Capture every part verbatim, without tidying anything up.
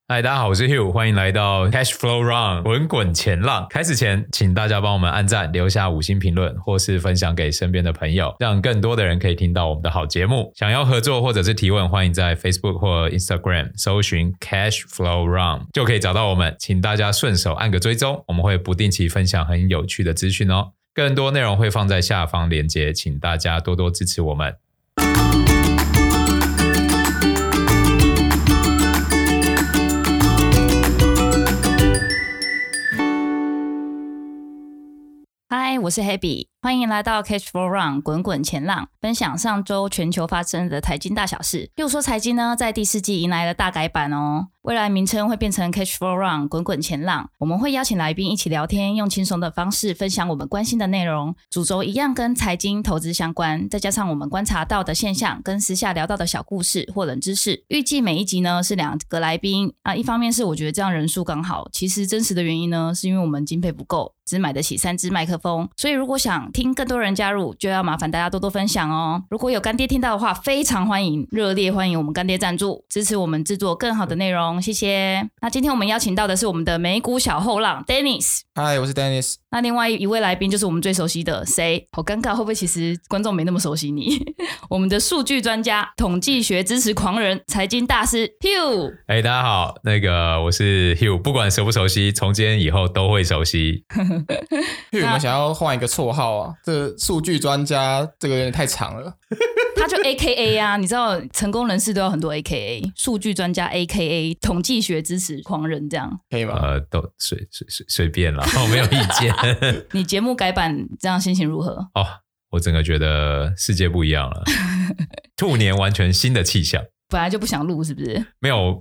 嗨，大家好，我是 Hugh， 欢迎来到 Cash Flow Run 滚滚前浪。开始前，请大家帮我们按赞、留下五星评论，或是分享给身边的朋友，让更多的人可以听到我们的好节目。想要合作或者是提问，欢迎在 Facebook 或 Instagram 搜寻 Cash Flow Run 就可以找到我们，请大家顺手按个追踪，我们会不定期分享很有趣的资讯哦。更多内容会放在下方连结，请大家多多支持我们。 嗨，我是 Happy， 欢迎来到 Cash Flow Run 滚滚前浪，分享上周全球发生的财经大小事。又说财经呢，在第四季迎来了大改版哦，未来名称会变成 Cash Flow Run 滚滚前浪。我们会邀请来宾一起聊天，用轻松的方式分享我们关心的内容，主轴一样跟财经投资相关，再加上我们观察到的现象跟私下聊到的小故事或冷知识。预计每一集呢是两个来宾啊，一方面是我觉得这样人数刚好，其实真实的原因呢是因为我们经费不够，只买得起三支麦克风，所以如果想听更多人加入，就要麻烦大家多多分享哦。如果有干爹听到的话，非常欢迎，热烈欢迎我们干爹赞助，支持我们制作更好的内容，谢谢。那今天我们邀请到的是我们的美股小后浪 Dennis。 嗨，我是 Dennis。 那另外一位来宾就是我们最熟悉的谁？好尴尬，会不会其实观众没那么熟悉你？我们的数据专家、统计学知识狂人、财经大师 Hugh。 哎，大家好，那个我是 Hugh， 不管熟不熟悉，从今天以后都会熟悉。 Hugh， 我们想要换一个绰号啊，这个数据专家这个有点太长了。 他就 A K A 啊，你知道成功人士都有很多 A K A， 数据专家 A K A 统计学知识狂人，这样可以吗？ 呃，都随随随随便啦，我没有意见。 你节目改版这样心情如何？ 哦，我整个觉得世界不一样了，兔年完全新的气象。 本来就不想录是不是？ 没有。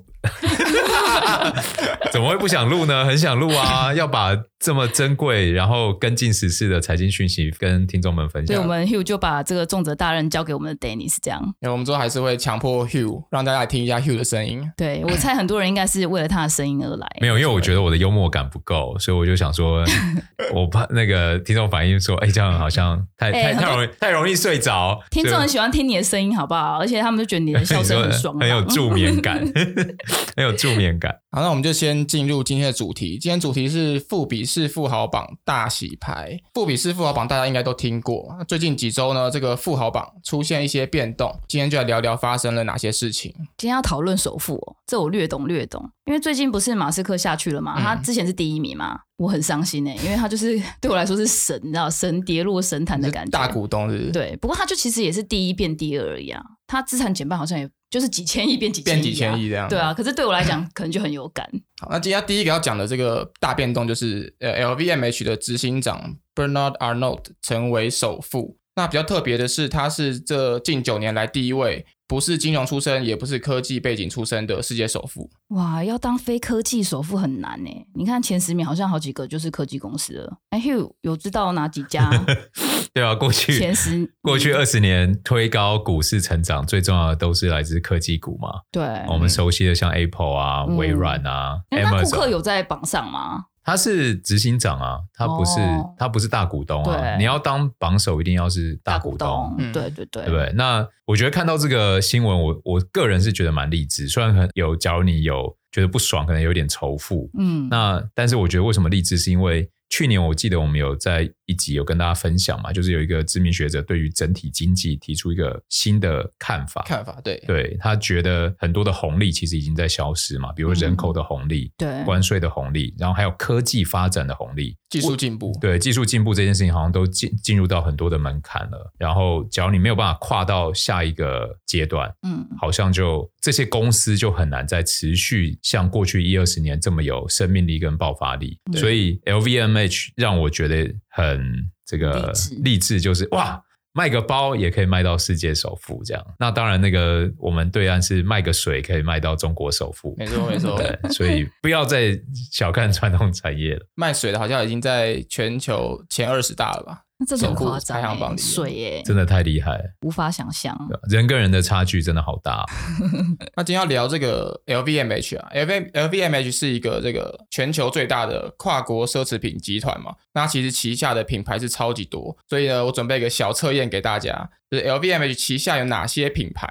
怎么会不想录呢？很想录啊，要把这么珍贵然后跟进时事的财经讯息跟听众们分享。 所以我们 Hugh 就把这个重责大任交给我们的 Dennis， 这样。 因为我们之后还是会强迫 Hugh 让大家来听一下 Hugh 的声音。 对，我猜很多人应该是为了他的声音而来。 没有，因为我觉得我的幽默感不够，所以我就想说我怕那个听众反应说哎，这样好像太太太容易太容易睡着。 听众很喜欢听你的声音好不好？而且他们就觉得你的笑声很爽， 很有助眠感。很有助眠感。 好，那我们就先进入今天的主题。今天主题是富比士富豪榜大洗牌。富比士富豪榜大家应该都听过，最近几周呢，这个富豪榜出现一些变动，今天就来聊聊发生了哪些事情。 今天要讨论首富哦，这我略懂略懂，因为最近不是马斯克下去了嘛，嗯、他之前是第一名嘛，我很伤心耶，因为他就是对我来说是神，你知道神跌落神坛的感觉， 大股东是不是？ 对，不过他就其实也是第一变第二而已啊，他资产减半好像也就是几千亿变几千亿、啊、 变几千亿这样。 对啊，可是对我来讲可能就很有感。 好，那今天第一个要讲的这个大变动就是呃 L V M H 的执行长 Bernard Arnault 成为首富。那比较特别的是，他是这近九年来第一位不是金融出身也不是科技背景出身的世界首富。 哇，要当非科技首富很难耶，你看前十名好像好几个就是科技公司了。哎 Hugh 有知道哪几家？ 对啊，过去前十过去二十年推高股市成长最重要的都是来自科技股嘛。 对， 我们熟悉的像 Apple 啊、嗯、微软啊、 欸、那库克有在榜上吗？ 他是执行长啊，他不是、哦、他不是大股东啊。你要当榜首一定要是大股东，大股东、 嗯、对对对， 对不对？那我觉得看到这个新闻，我我个人是觉得蛮励志，虽然很有，假如你有觉得不爽，可能有点仇富，嗯，那但是我觉得为什么励志，是因为去年我记得我们有在一集有跟大家分享嘛，就是有一个知名学者对于整体经济提出一个新的看法， 看法对对，他觉得很多的红利其实已经在消失嘛，比如人口的红利、嗯、对，关税的红利，然后还有科技发展的红利， 技术进步， 对，技术进步这件事情好像都进进入到很多的门槛了，然后假如你没有办法跨到下一个阶段，嗯，好像就这些公司就很难再持续像过去一二十年这么有生命力跟爆发力，所以 L V M H 让我觉得很这个励志，就是哇，卖个包也可以卖到世界首富这样。那当然那个我们对岸是卖个水可以卖到中国首富， 没错没错。 对，所以不要再小看传统产业了。 卖水的好像已经在全球前二十大了吧？ 那这很夸张、欸， 排行榜里水耶、欸， 真的太厉害了， 无法想象， 人跟人的差距真的好大、哦。 那今天要聊这个 L V M H 啊 ，L V M H 是一个这个全球最大的跨国奢侈品集团嘛，那其实旗下的品牌是超级多，所以呢，我准备一个小测验给大家，就是 L V M H 旗下有哪些品牌？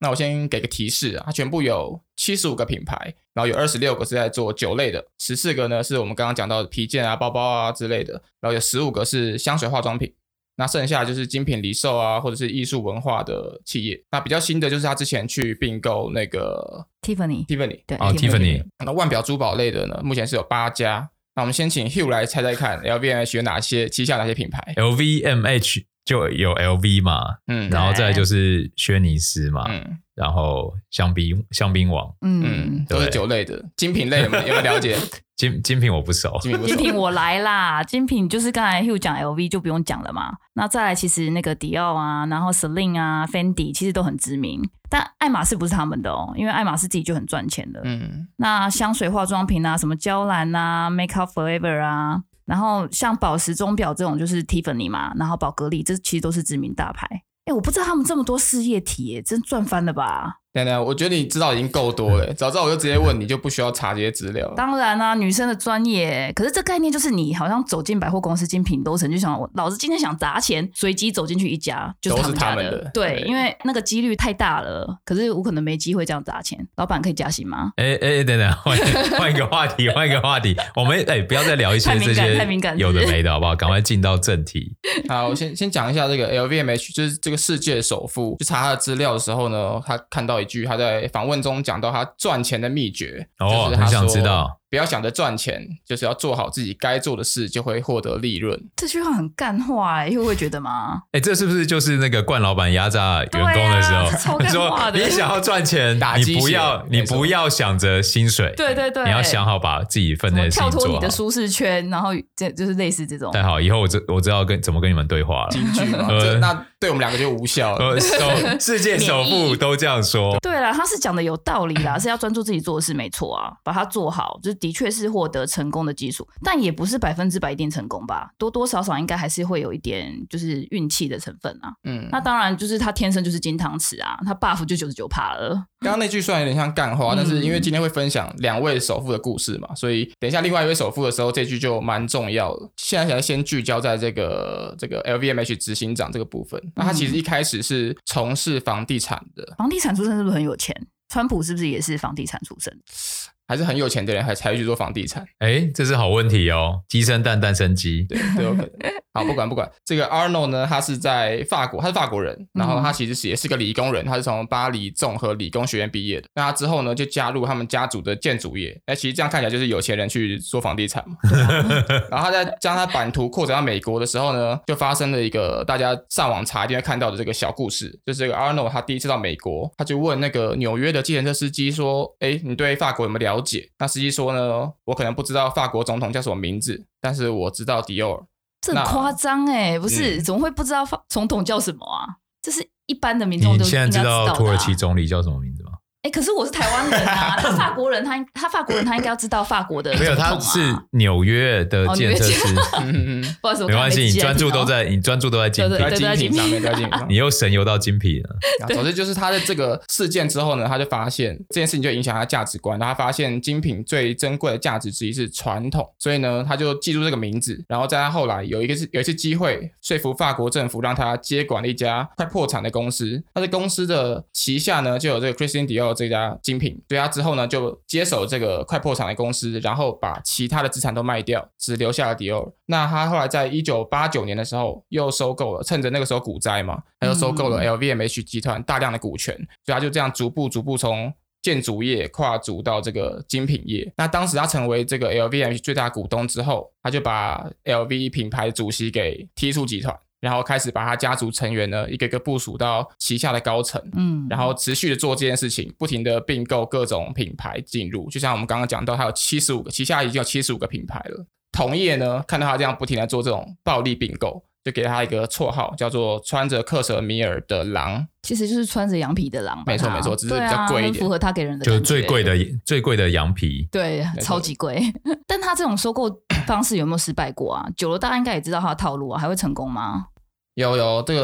那我先给个提示啊，它全部有七十五个品牌，然后有二十六个是在做酒类的，十四个呢是我们刚刚讲到的皮件啊、包包啊之类的，然后有十五个是香水化妆品。那剩下就是精品零售啊，或者是艺术文化的企业。那比较新的就是他之前去并购那个 Tiffany Tiffany 对哦 Tiffany。 那腕表珠宝类的呢，目前是有八家。那我们先请 Hugh 来猜猜看 L V M H 有哪些旗下哪些品牌 ？L V M H 就有 L V 嘛，嗯，然后再来就是轩尼诗嘛，嗯，然后香槟香槟王， 嗯， 都是酒类的。精品类有没有有没有了解？ 精精品我不熟， 精品不熟。 精品我来啦，精品就是刚才 Hugh 讲 L V 就不用讲了嘛。那再来其实那个迪奥啊，然后 Celine 啊 Fendi 其实都很知名，但爱马仕不是他们的哦，因为爱马仕自己就很赚钱的。嗯，那香水化妆品啊，什么娇兰啊 Make Up Forever 啊，然后像宝石钟表这种就是 Tiffany 嘛，然后宝格丽这其实都是知名大牌。哎，我不知道他们这么多事业体耶，真赚翻了吧？ 对对，我觉得你知道已经够多了，早知道我就直接问你，就不需要查这些资料。 当然啦、啊，女生的专业，可是这概念就是你好像走进百货公司精品都城，就想老子今天想砸钱，随机走进去一家就是他们家的， 都是他们的。 对，对因为那个几率太大了。可是我可能没机会这样砸钱，老板可以加薪吗？ 哎哎，等等，换换一个话题，换一个话题，我们哎不要再聊一些这些有的没的，好不好？赶快进到正题。 好，我先先讲一下这个 L V M H， 就是这个世界首富。去查他的资料的时候呢，他看到一句他在访问中讲到他赚钱的秘诀， 哦， 就是他说很想知道。 不要想着赚钱，就是要做好自己该做的事，就会获得利润。 这句话很干话哎、欸，会不会觉得吗？ 哎、欸，这是不是就是那个冠老板压榨员工的时候， 啊、超干话的说你想要赚钱，你不要你不要想着薪水， 对对对， 你要想好把自己分内的事情做好， 跳脱你的舒适圈，然后这就是类似这种。 太好，以后我知我知道跟怎么跟你们对话了。 京剧嘛，呃、那对我们两个就无效了。 呃，首世界首富都这样说。 对啦，他是讲的有道理啦，是要专注自己做的事，没错啊，把它做好，就是的确是获得成功的基础，但也不是百分之百一定成功吧，多多少少应该还是会有一点就是运气的成分啊。嗯，那当然就是他天生就是金汤匙啊，他 buff 就九十九趴了。 刚刚那句虽然有点像干话，但是因为今天会分享两位首富的故事嘛，所以等一下另外一位首富的时候，这句就蛮重要的。现在先聚焦在这个这个 L V M H 执行长这个部分。那他其实一开始是从事房地产的， 房地产出身是不是很有钱？川普是不是也是房地产出身？ 还是很有钱的人还才会去做房地产？ 哎，这是好问题哦，鸡生蛋，蛋生鸡， 对，都有可能。好，不管不管，这个 Arnault 呢，他是在法国，他是法国人，然后他其实也是个理工人，他是从巴黎综合理工学院毕业的。那他之后呢，就加入他们家族的建筑业。那其实这样看起来就是有钱人去做房地产嘛。然后他在将他版图扩展到美国的时候呢，就发生了一个大家上网查一定会看到的这个小故事，就是这个 Arnault 他第一次到美国，他就问那个纽约的计程车司机说：“哎，你对法国有没有了解？”那司机说呢：“我可能不知道法国总统叫什么名字，但是我知道迪奥尔。” 这很夸张哎，不是、嗯、怎么会不知道总统叫什么啊？这是一般的民众都应该知道的、啊。 你现在知道土耳其总理叫什么名字吗？ 哎、欸，可是我是台湾人啊，他法国人他，他他法国人，他应该要知道法国的总统、啊。 没有，他是纽约的建设师。 嗯不好意思， 没关系，你专注都在，你专注都在精品， 在精品上面，在精品上面。 你又神游到精品了。 总之就是他的这个事件之后呢，他就发现这件事情就影响他价值观，然后他发现精品最珍贵的价值之一是传统，所以呢，他就记住这个名字，然后在他后来有一个有一次机会说服法国政府让他接管了一家快破产的公司，他的公司的旗下呢就有这个 Christian Dior 这家精品。所以他之后呢就接手这个快破产的公司，然后把其他的资产都卖掉，只留下了迪奥。那他后来在一九八九年的时候又收购了，趁着那个时候股灾嘛，他又收购了 L V M H 集团大量的股权，所以他就这样逐步逐步从建筑业跨足到这个精品业。那当时他成为这个 L V M H 最大股东之后，他就把 L V 品牌主席给踢出集团，然后开始把他家族成员呢一个个部署到旗下的高层，嗯，然后持续的做这件事情，不停的并购各种品牌进入，就像我们刚刚讲到，他有七十五个，旗下已经有七十五个品牌了。同业呢看到他这样不停的做这种暴力并购，就给他一个绰号叫做穿着克什米尔的狼， 其实就是穿着羊皮的狼吧。 没错没错，只是比较贵一点， 啊、符合他给人的感觉， 就是最贵的最贵的羊皮， 对，超级贵。但他这种收购方式有没有失败过啊？久了大家应该也知道他的套路啊，还会成功吗？ 有有，这个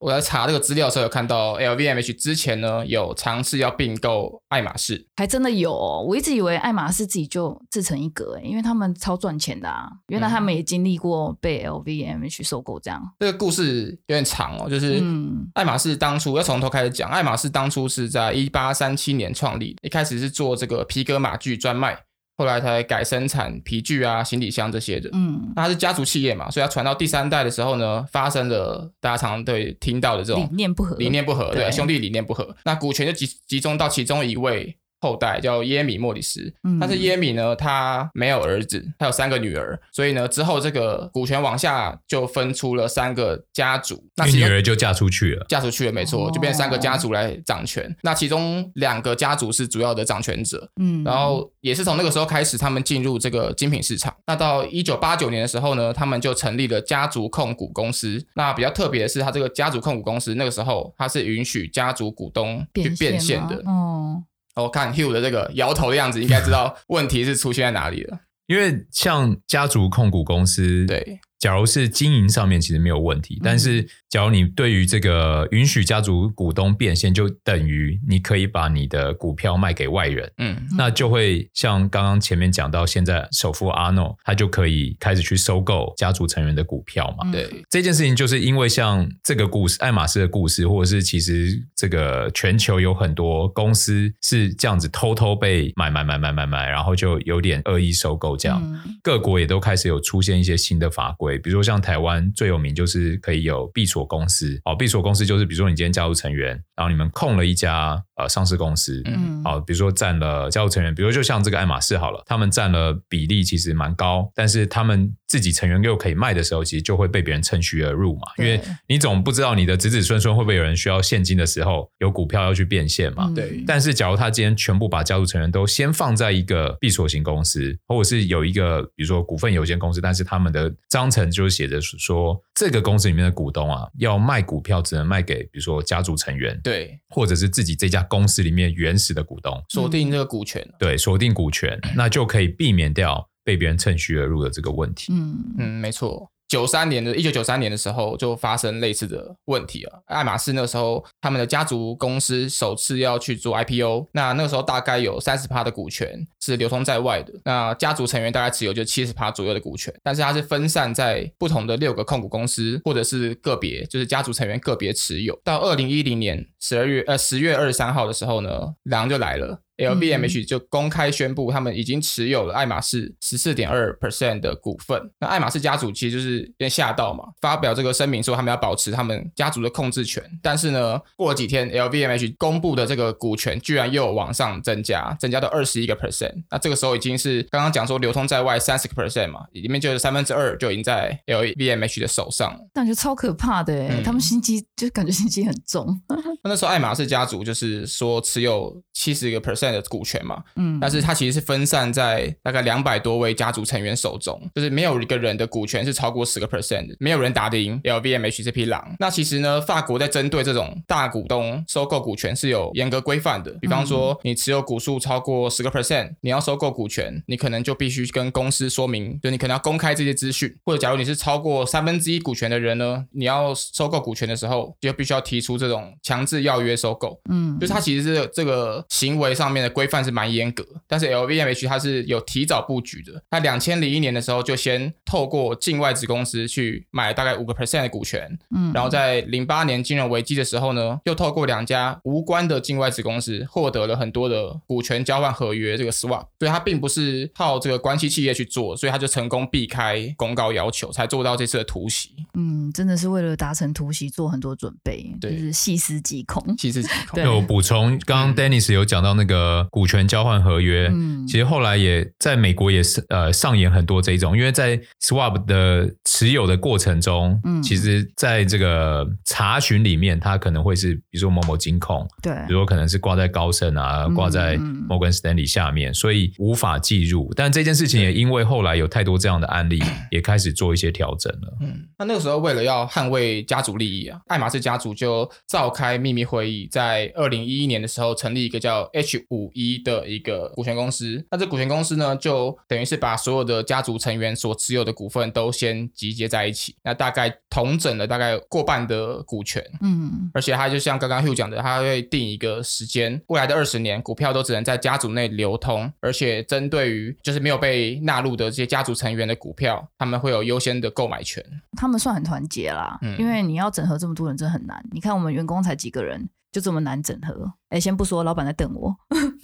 我在查这个资料的时候有看到 L V M H 之前呢有尝试要并购爱马仕， 还真的有、哦、我一直以为爱马仕自己就自成一格，因为他们超赚钱的啊，原来他们也经历过被 L V M H 收购这样。 这个故事有点长哦，就是爱马仕当初要从头开始讲，爱马仕当初是在一八三七年创立，一开始是做这个皮革马具专卖，后来才改生产皮具啊、行李箱这些的。嗯，那它是家族企业嘛，所以它传到第三代的时候呢，发生了大家常常对听到的这种理念不合， 理念不合，对，兄弟理念不合，那股权就 集, 集中到其中一位后代叫耶米莫里斯，但是耶米呢他没有儿子，他有三个女儿，所以呢之后这个股权往下就分出了三个家族，那女儿就嫁出去了， 嫁出去了没错，就变成三个家族来掌权，那其中两个家族是主要的掌权者，嗯，然后也是从那个时候开始他们进入这个精品市场，那到一九八九年的时候呢，他们就成立了家族控股公司，那比较特别的是他这个家族控股公司那个时候他是允许家族股东去变现的，哦我、哦、看 Hugh 的这个摇头的样子应该知道问题是出现在哪里了。 因为像家族控股公司， 对， 假如是经营上面其实没有问题，但是假如你对于这个允许家族股东变现，就等于你可以把你的股票卖给外人，嗯，那就会像刚刚前面讲到，现在首富阿诺他就可以开始去收购家族成员的股票嘛， 对， 这件事情就是因为像这个故事，爱马仕的故事，或者是其实这个全球有很多公司是这样子偷偷被买买买买买买，然后就有点恶意收购这样，嗯、各国也都开始有出现一些新的法规。比如说像台湾最有名就是可以有闭锁公司，哦，闭锁公司就是比如说你今天加入成员，然后你们控了一家呃上市公司，嗯，好，比如说占了加入成员，比如说就像这个爱马仕好了，他们占了比例其实蛮高，但是他们自己成员又可以卖的时候，其实就会被别人趁虚而入嘛，因为你总不知道你的子子孙孙会不会有人需要现金的时候有股票要去变现嘛，对、嗯。但是假如他今天全部把加入成员都先放在一个闭锁型公司，或者是有一个比如说股份有限公司，但是他们的章程就是写着说这个公司里面的股东啊，要卖股票只能卖给比如说家族成员， 对， 或者是自己这家公司里面原始的股东， 锁定这个股权， 对，锁定股权，那就可以避免掉被别人趁虚而入的这个问题。 嗯嗯，没错。九三年的一九九三年的时候就发生类似的问题了。爱马仕那时候他们的家族公司首次要去做 I P O， 那那个时候大概有 百分之三十 的股权是流通在外的，那家族成员大概持有就 百分之七十 左右的股权，但是它是分散在不同的六个控股公司或者是个别就是家族成员个别持有。到二零一零年十二月呃十月二十三号的时候呢，狼就来了。L V M H 就公开宣布他们已经持有了爱马仕 百分之十四点二 的股份。那爱马仕家族其实就是有点吓到嘛，发表这个声明说他们要保持他们家族的控制权，但是呢过了几天 L V M H 公布的这个股权居然又往上增加，增加到 百分之二十一。那这个时候已经是刚刚讲说流通在外 百分之三十 嘛，里面就有三分之二就已经在 L V M H 的手上了， 感觉超可怕的、嗯、他们心机就感觉心机很重。 那时候爱马仕家族就是说持有 百分之七十 的股权嘛，嗯，但是它其实是分散在大概两百多位家族成员手中，就是没有一个人的股权是超过 百分之十 的，没有人打得赢 L V M H 这匹狼。那其实呢法国在针对这种大股东收购股权是有严格规范的，比方说你持有股数超过 百分之十， 你要收购股权你可能就必须跟公司说明，就你可能要公开这些资讯，或者假如你是超过三分之一股权的人呢，你要收购股权的时候就必须要提出这种强制要约收购，嗯，就是它其实是这个行为上面的规范是蛮严格，但是 L V M H 它是有提早布局的，它二零零一年的时候就先透过境外子公司去买大概 百分之五 的股权，嗯，然后在零八年金融危机的时候呢，又透过两家无关的境外子公司获得了很多的股权交换合约，这个 swap， 所以它并不是靠这个关系企业去做，所以它就成功避开公告要求，才做到这次的突袭。 嗯，真的是为了达成突袭做很多准备，就是细思极恐， 细思极恐。 对，我补充，刚刚 Dennis 有讲到那个股权交换合约，嗯，其实后来也在美国也是呃上演很多这种，因为在 swap 的持有的过程中，嗯，其实在这个查询里面，它可能会是比如说某某金控， 对， 比如说可能是挂在高盛啊，挂在 Morgan Stanley 下面，所以无法计入。但这件事情也因为后来有太多这样的案例，也开始做一些调整了。 嗯，那那个时候为了要捍卫家族利益啊，爱马仕家族就召开秘密会议，在二零一一年的时候成立一个叫 H 五一的一个股权公司。那这股权公司呢，就等于是把所有的家族成员所持有的股份都先集结在一起，那大概统整了大概过半的股权。嗯，而且它就像刚刚 Hugh 讲的，它会定一个时间，未来的二十年股票都只能在家族内流通，而且针对于就是没有被纳入的这些家族成员的股票，他们会有优先的购买权。 他们算很团结啦、嗯、因为你要整合这么多人真的很难。你看我们员工才几个人，就这么难整合。哎，先不说老板在等我。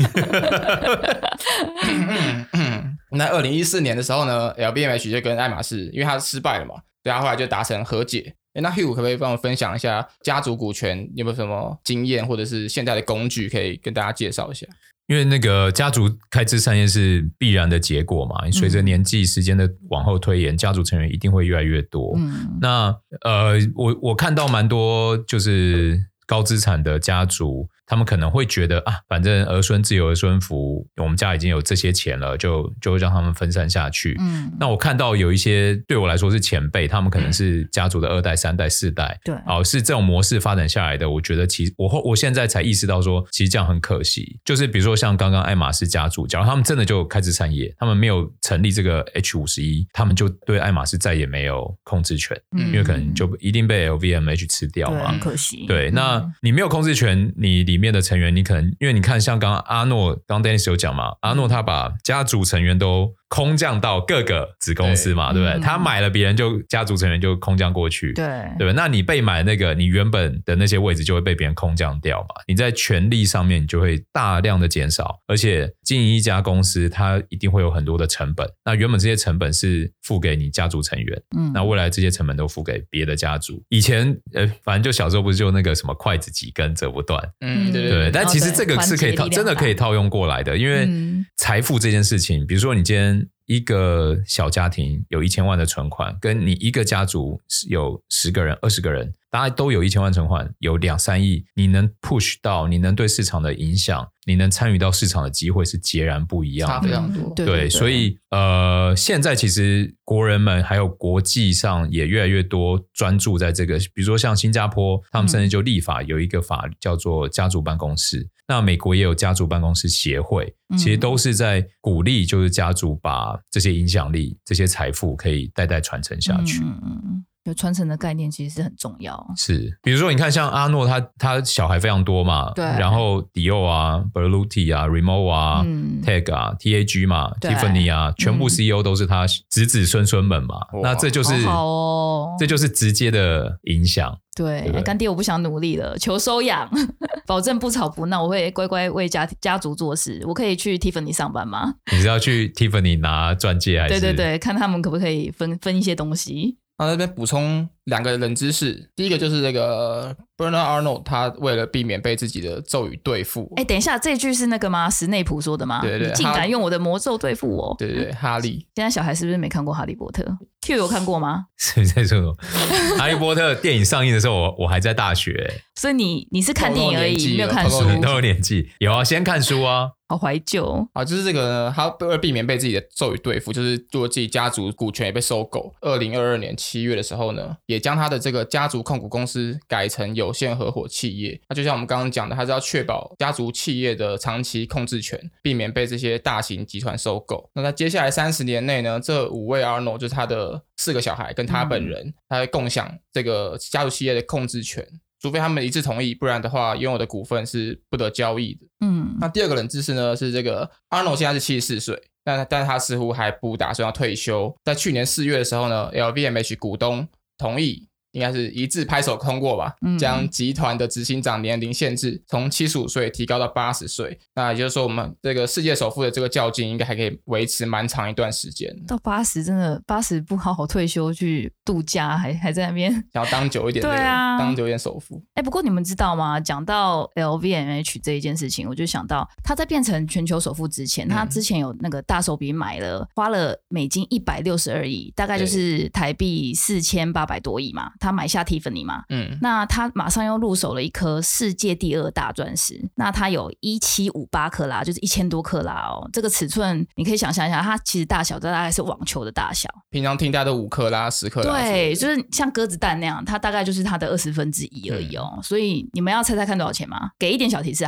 那二零一四年的时候呢 L V M H 就跟爱马仕，因为他失败了嘛，对，他后来就达成和解。那 Hugh 可不可以帮我分享一下家族股权有没有什么经验，或者是现在的工具可以跟大家介绍一下？ 因为那个家族开枝散叶是必然的结果嘛，随着年纪时间的往后推延、嗯、家族成员一定会越来越多。嗯、那呃，我我看到蛮多就是高资产的家族，他们可能会觉得啊，反正儿孙自有儿孙福，我们家已经有这些钱了，就就让他们分散下去。嗯，那我看到有一些对我来说是前辈，他们可能是家族的二代、三代、四代，对，哦，是这种模式发展下来的。我觉得其实我我现在才意识到说，其实这样很可惜。就是比如说像刚刚爱马仕家族，假如他们真的就开枝散叶，他们没有成立这个 H 五十一，他们就对爱马仕再也没有控制权，嗯、因为可能就一定被 L V M H 吃掉嘛， 很可惜。 对，那你没有控制权，你里面的成员，你可能因为你看，像刚刚阿诺，刚 Dennis 有讲嘛，阿诺他把家族成员都空降到各个子公司嘛， 对, 对不对、嗯？他买了别人就家族成员就空降过去， 对对吧？那你被买那个，你原本的那些位置就会被别人空降掉嘛。你在权力上面你就会大量的减少，而且经营一家公司，它一定会有很多的成本。那原本这些成本是付给你家族成员，嗯，那未来这些成本都付给别的家族。以前呃，反正就小时候不是就那个什么筷子几根折不断，嗯，对对对。但其实这个是可以套，真的可以套用过来的，因为财富这件事情，比如说你今天一个小家庭有一千万的存款，跟你一个家族有十个人、二十个人，大家都有一千万存款，有两三亿，你能 push 到，你能对市场的影响，你能参与到市场的机会是截然不一样的， 差非常多。 对，对对对，所以呃，现在其实国人们还有国际上也越来越多专注在这个，比如说像新加坡，他们甚至就立法有一个法叫做家族办公室。嗯，那美国也有家族办公室协会，其实都是在鼓励就是家族把这些影响力、这些财富可以代代传承下去。嗯嗯， 有传承的概念其实是很重要。 是，比如说你看像阿诺他他小孩非常多嘛，对，然后迪奥啊、Berluti 啊、Remo 啊、嗯、Tag 啊、T A G 嘛、Tiffany 啊，全部 C E O 都是他子子孙孙们嘛。嗯、那这就是好好哦， 这就是直接的影响。 对，干爹我不想努力了，求收养，保证不吵不闹，我会乖乖为 家, 家族做事。我可以去 Tiffany 上班吗？ 你是要去 Tiffany 拿钻戒还是？ 对对对，看他们可不可以分分一些东西。 那那边补充两个冷知识，第一个就是这个 Bernard Arnault 他为了避免被自己的咒语对付。 哎，等一下，这句是那个吗？史内普说的吗？ 对对对， 你竟敢用我的魔咒对付我？ 对对对，哈利。 现在小孩是不是没看过哈利波特 ？Q 有看过吗？ 谁在说什么？哈利波特电影上映的时候，我我还在大学， 所以你你是看电影而已，没有看书。 都有年纪，有啊，先看书啊。 好怀旧啊！就是这个呢，他为了避免被自己的咒语对付，就是如果自己家族股权也被收购，二零二二年七月的时候呢，也将他的这个家族控股公司改成有限合伙企业。那就像我们刚刚讲的，他是要确保家族企业的长期控制权，避免被这些大型集团收购。那在接下来三十年内呢，这五位 Arnault 就是他的四个小孩跟他本人，嗯、他会共享这个家族企业的控制权。除非他们一致同意，不然的话拥有的股份是不得交易的。嗯，那第二个冷知识呢是这个 Arnault 现在是七十四岁，但但他似乎还不打算要退休。在去年四月的时候呢 L V M H 股东同意，应该是一致拍手通过吧，嗯、将集团的执行长年龄限制从七十五岁提高到八十岁。那也就是说，我们这个世界首富的这个较劲应该还可以维持蛮长一段时间。 到八十真的八十不好好退休去度假，还还在那边想要当久一点的，对啊，当久一点首富。 哎，不过你们知道吗？讲到 L V M H 这一件事情，我就想到他在变成全球首富之前，嗯、他之前有那个大手笔买了，花了美金一百六十二亿，大概就是台币四千八百多亿嘛。他买下 Tiffany 嘛，嗯，那他马上又入手了一颗世界第二大钻石，那它有一千七百五十八克拉，就是一千多克拉哦。这个尺寸你可以想象一下，它其实大小大概是网球的大小。 平常听大家都五克拉、十克拉， 对，就是像鸽子蛋那样，它大概就是它的二十分之一而已哦。嗯、所以你们要猜猜看多少钱吗？给一点小提示好了。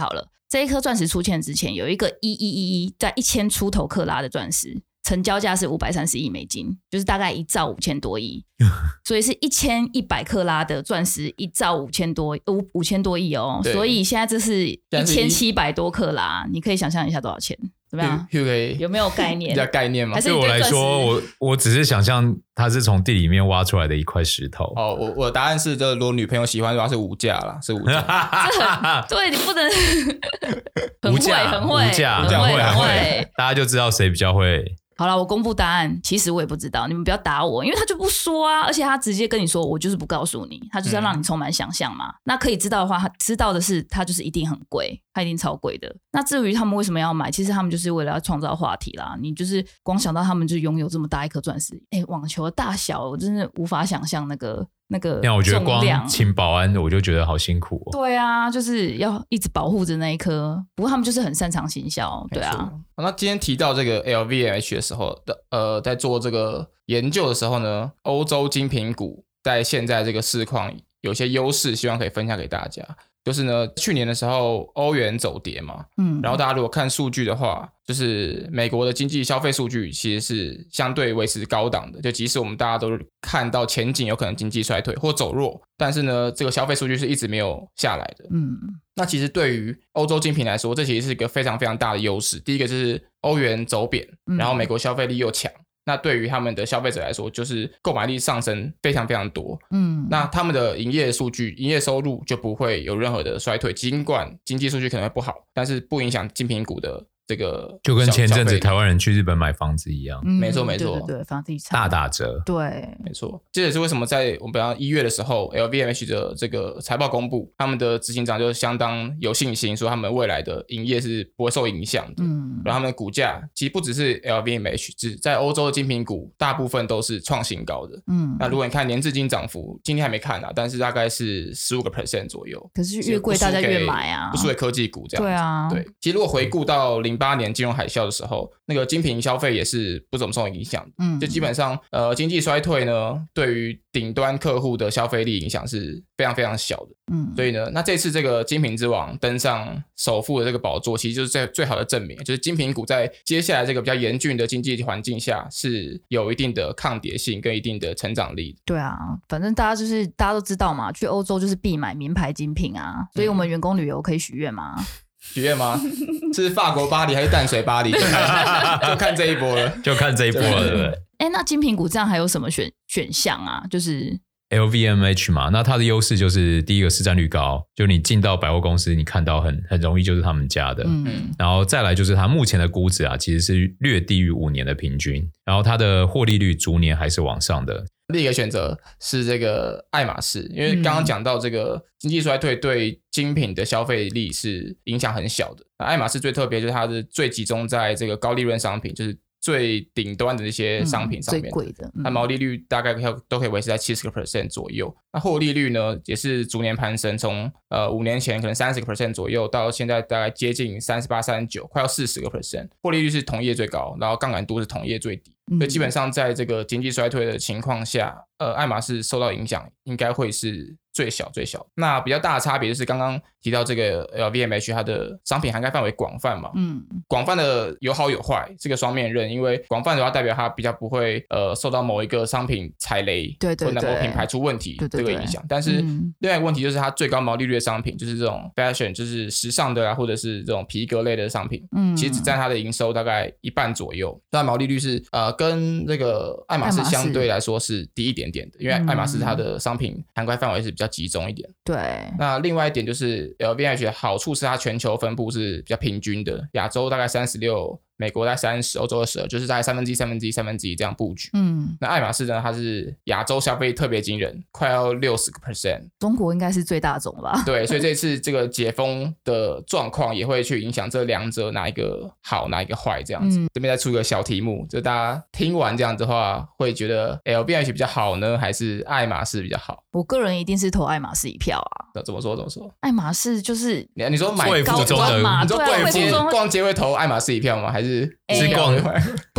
这一颗钻石出现之前，有一个一一一一在一千出头克拉的钻石，成交价是五百三十亿美金，就是大概一兆五千多亿，所以是一千一百克拉的钻石，一兆五千多五五千多亿哦。所以现在这是一千七百多克拉，你可以想象一下多少钱？怎么样？有没有概念？ 比较概念吗？ 对我来说，我我只是想象它是从地里面挖出来的一块石头。 哦，我我的答案是，这如果女朋友喜欢的话是无价啦，是无价。 对，你不能很会， 无价， 很会， 无价， 很会，很会， 大家就知道谁比较会。 好了，我公布答案。其实我也不知道，你们不要打我，因为他就不说啊，而且他直接跟你说，我就是不告诉你，他就是要让你充满想象嘛。嗯、那可以知道的话，他知道的是，他就是一定很贵，他一定超贵的。那至于他们为什么要买，其实他们就是为了要创造话题啦。你就是光想到他们就拥有这么大一颗钻石，哎，网球的大小，我真的无法想象那个。那个那我觉得光请保安我就觉得好辛苦哦。 对啊，就是要一直保护着那一颗，不过他们就是很擅长行销，对啊。 那今天提到这个 L V M H 的时候，呃，在做这个研究的时候呢，欧洲精品股在现在这个市况有些优势，希望可以分享给大家。就是呢，去年的时候欧元走跌嘛，嗯，然后大家如果看数据的话，就是美国的经济消费数据其实是相对维持高档的，就即使我们大家都看到前景有可能经济衰退或走弱，但是呢，这个消费数据是一直没有下来的，嗯，那其实对于欧洲精品来说，这其实是一个非常非常大的优势。第一个就是欧元走贬，然后美国消费力又强。那对于他们的消费者来说，就是购买力上升非常非常多，嗯，那他们的营业数据、营业收入就不会有任何的衰退，尽管经济数据可能会不好，但是不影响精品股的这个， 就跟前阵子台湾人去日本买房子一样， 嗯、 没错没错， 对对对，房地产大打折， 对， 没错。这也是为什么在我们比方一月的时候 ，L V M H 的这个财报公布，他们的执行长就相当有信心，说他们未来的营业是不会受影响的。嗯，然后他们的股价其实不只是 L V M H， 只在欧洲的精品股大部分都是创新高的。嗯，那如果你看年至今涨幅，今天还没看啊，但是大概是 百分之十五 左右。 可是越贵大家越买啊， 不输给科技股这样。 对啊， 对。其实如果回顾到零八年金融海啸的时候，那个精品消费也是不怎么受影响的。嗯，就基本上呃经济衰退呢，对于顶端客户的消费力影响是非常非常小的。嗯，所以呢，那这次这个精品之王登上首富的这个宝座，其实就是最最好的证明，就是精品股在接下来这个比较严峻的经济环境下是有一定的抗跌性跟一定的成长力的。 对啊，反正大家就是大家都知道嘛，去欧洲就是必买名牌精品啊，所以我们员工旅游可以许愿嘛。 许愿吗？是法国巴黎还是淡水巴黎？就看这一波了， 就看这一波了，对不对？ 哎，那精品股这样还有什么选选项啊？就是 L V M H 嘛，那它的优势就是第一个市占率高，就你进到百货公司，你看到很很容易就是他们家的，嗯，然后再来就是它目前的估值啊，其实是略低于五年的平均，然后它的获利率逐年还是往上的。 另一个选择是这个爱马仕，因为刚刚讲到这个经济衰退对精品的消费力是影响很小的。爱马仕最特别就是它是最集中在这个高利润商品，就是最顶端的那些商品上面， 嗯、最贵的， 它毛利率大概都可以维持在 百分之七十 左右。那获利率呢，也是逐年攀升，从呃五年前可能 百分之三十 左右，到现在大概接近三十八、三十九，快要 百分之四十。获利率是同业最高，然后杠杆度是同业最低。所以基本上在这个经济衰退的情况下，呃，爱马仕受到影响应该会是最小最小。那比较大的差别就是刚刚提到这个 L V M H 它的商品涵盖范围广泛嘛，嗯，广泛的有好有坏，是个双面刃。因为广泛的话代表它比较不会呃受到某一个商品踩雷， 对对对， 或者某品牌出问题对对对这个影响。但是另外一个问题就是它最高毛利率的商品，就是这种 fashion 就是时尚的啊，或者是这种皮革类的商品，嗯，其实只占它的营收大概一半左右。那毛利率是呃跟这个爱马仕相对来说是低一点点的，因为爱马仕它的商品涵盖范围是比较集中一点。 对。 那另外一点就是 L V M H 的好处是它全球分布是比较平均的，亚洲大概三十六，美国大概三十，欧洲二十二，就是大概三分之一、三分之一、三分之一这样布局。嗯，那爱马仕呢，它是亚洲消费特别惊人，快要 百分之六十。 中国应该是最大宗吧？ 对，所以这次这个解封的状况也会去影响这两者哪一个好，哪一个坏这样子。嗯、这边再出一个小题目，就大家听完这样子的话，会觉得 L V M H 比较好呢，还是爱马仕比较好？ 我个人一定是投爱马仕一票啊。 怎么说？怎么说？ 爱马仕就是你你说买贵妇中的， 你说贵妇逛街会投爱马仕一票吗？还是是逛不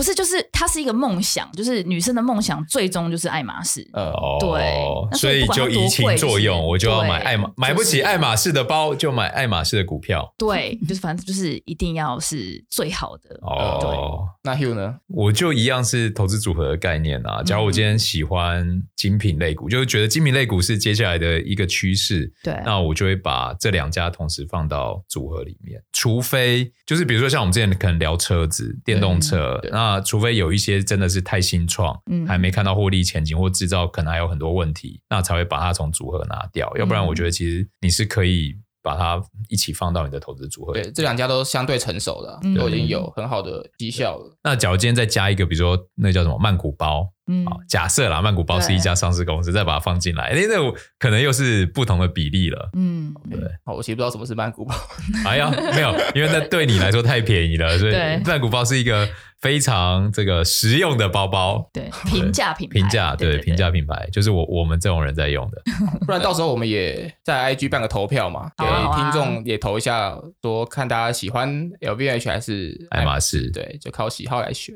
不是，就是它是一个梦想，就是女生的梦想最终就是爱马仕。 呃， 对， 所以就移情作用，我就要买爱马，买不起爱马仕的包就买爱马仕的股票。 对，就是反正就是一定要是最好的。 哦，对。 那 Hugh 呢？ 我就一样是投资组合的概念啊。假如我今天喜欢精品类股，嗯、就是觉得精品类股是接下来的一个趋势， 对， 那我就会把这两家同时放到组合里面。除非就是比如说像我们之前可能聊车子、电动车，那除非有一些真的是太新创，嗯、还没看到获利前景或制造可能还有很多问题，那才会把它从组合拿掉。要不然我觉得其实你是可以把它一起放到你的投资组合。 对，这两家都相对成熟的、嗯、都已经有很好的绩效了。 那假如今天再加一个比如说那叫什么曼谷包，嗯，假设啦曼谷包是一家上市公司，再把它放进来，那可能又是不同的比例了。嗯，对。 好，我其实不知道什么是曼谷包。 哎呀，没有，因为那对你来说太便宜了，所以曼谷包是一个非常这个实用的包包， 对，平价品牌， 平价对平价品牌，就是我我们这种人在用的。 不然到时候我们也在 I G 办个投票嘛，给听众也投一下，说看大家喜欢 L V M H 还是爱马仕， 对，就靠喜好来选。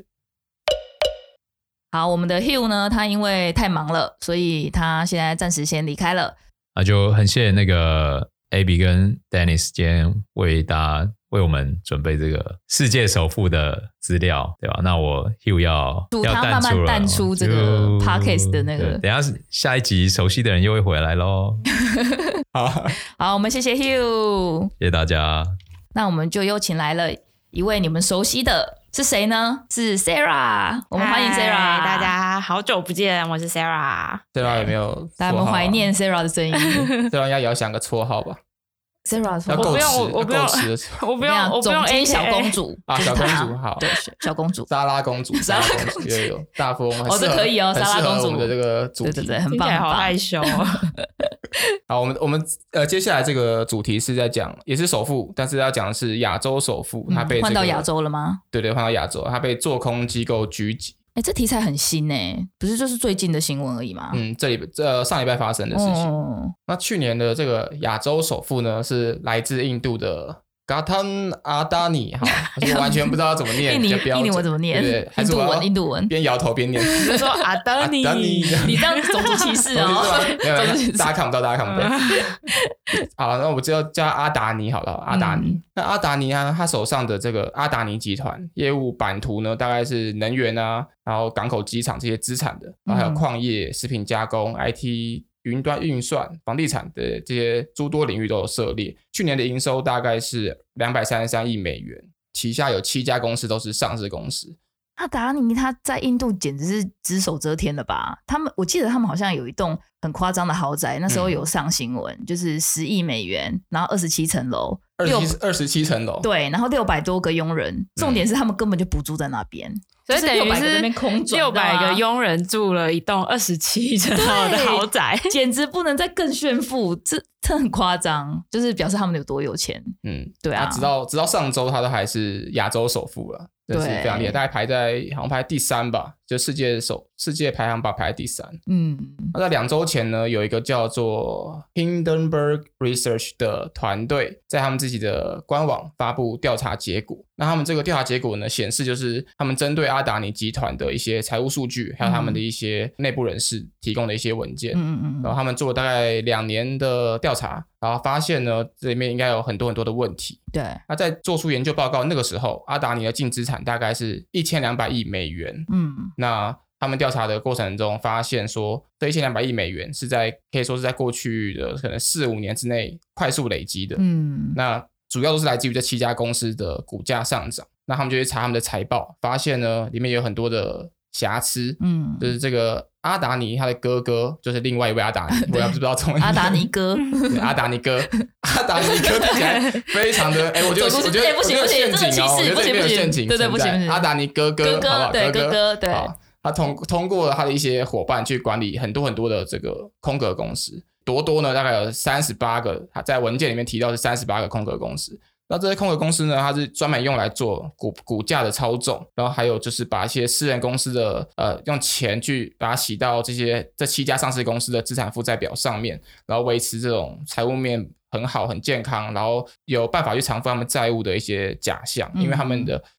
好，我们的 Hugh 呢，他因为太忙了，所以他现在暂时先离开了。 那就很谢谢那个 Abby 跟 Dennis 今天为大家为我们准备这个世界首富的资料，对吧？那我 Hugh 要要淡出了，慢慢淡出这个 Podcast 的那个。 等一下下一集熟悉的人又会回来咯。 好， 好，我们谢谢 Hugh， 谢谢大家。 那我们就又请来了一位你们熟悉的。是谁呢？是 Sarah， 我们欢迎 Sarah。 大家好久不见，我是 Sarah。 Sarah 有没有？ 大家们怀念 Sarah 的声音。 Sarah 应该也要想个绰号吧 ？Sarah， 要够吃， 我不用，我不用，我不用 A 小公主啊，小公主好， 对，小公主， 莎拉公主，莎拉公主也有大富翁， 哦，这可以哦，莎拉公主， 我们的这个主题， 对对对，很棒， 好害羞哦。 好，我们我们呃，接下来这个主题是在讲，也是首富，但是要讲的是亚洲首富，他被换到亚洲了吗？ 对对，换到亚洲，他被做空机构狙击。 哎，这题材很新哎，不是就是最近的新闻而已吗？ 嗯，这里这上礼拜发生的事情。哦、那去年的这个亚洲首富呢，是来自印度的 Gautam Adani， 哈，我完全不知道怎么念， 印尼印尼文怎么念？ 对对，还是印度文，印度文， 边摇头边念。 你是说阿达尼？ 你这样种族歧视哦？ 没有，大家看不到，大家看不到。好，那我就叫阿达尼好了，阿达尼。嗯、那阿达尼啊，他手上的这个阿达尼集团业务版图呢，大概是能源啊，然后港口、机场这些资产的，然后还有矿业、食品加工、I T。云端运算、房地产的这些诸多领域都有涉猎。去年的营收大概是两百三十三亿美元，旗下有七家公司都是上市公司。 阿达尼他在印度简直是只手遮天了吧？他们我记得他们好像有一栋很夸张的豪宅，那时候有上新闻，嗯、就是十亿美元，然后二十七层楼， 二十七层楼， 对，然后六百多个佣人，重点是他们根本就不住在那边。嗯所以等于是六百个佣人住了一栋二十七层楼的豪宅， 简直不能再更炫富，这这很夸张，就是表示他们有多有钱。嗯，对啊。 直到直到上周，他都还是亚洲首富了，这是非常厉害，大概排在好像排第三吧，就世界首世界排行榜排在第三。嗯，那在两周前呢，有一个叫做 Hindenburg Research 的团队在他们自己的官网发布调查结果。那他们这个调查结果呢，显示就是他们针对阿达尼集团的一些财务数据，还有他们的一些内部人士提供的一些文件，嗯嗯，然后他们做了大概两年的调查，然后发现呢，这里面应该有很多很多的问题。 对， 那在做出研究报告那个时候，阿达尼的净资产大概是一千两百亿美元。嗯，那他们调查的过程中发现说，这一千两百亿美元是在可以说是在过去的可能四五年之内快速累积的。嗯，那主要都是来自于这七家公司的股价上涨，那他们就去查他们的财报，发现呢里面有很多的瑕疵。嗯，就是这个阿达尼他的哥哥就是另外一位阿达尼，我也不知道中文。 阿达尼哥， 对，阿达尼哥，阿达尼哥听起来非常的，哎、欸，我觉得我觉得不行不行，这个歧视，不行不行，对对不行不行。 阿达尼哥哥， 哥哥， 好不好？ 对哥哥，对。 他通通过了他的一些伙伴去管理很多很多的这个空格公司，多多呢大概有三十八个，他在文件里面提到是三十八个空格公司。那这些空格公司呢，它是专门用来做股股价的操纵，然后还有就是把一些私人公司的呃用钱去把它洗到这些这七家上市公司的资产负债表上面，然后维持这种财务面很好很健康，然后有办法去偿付他们债务的一些假象，因为他们的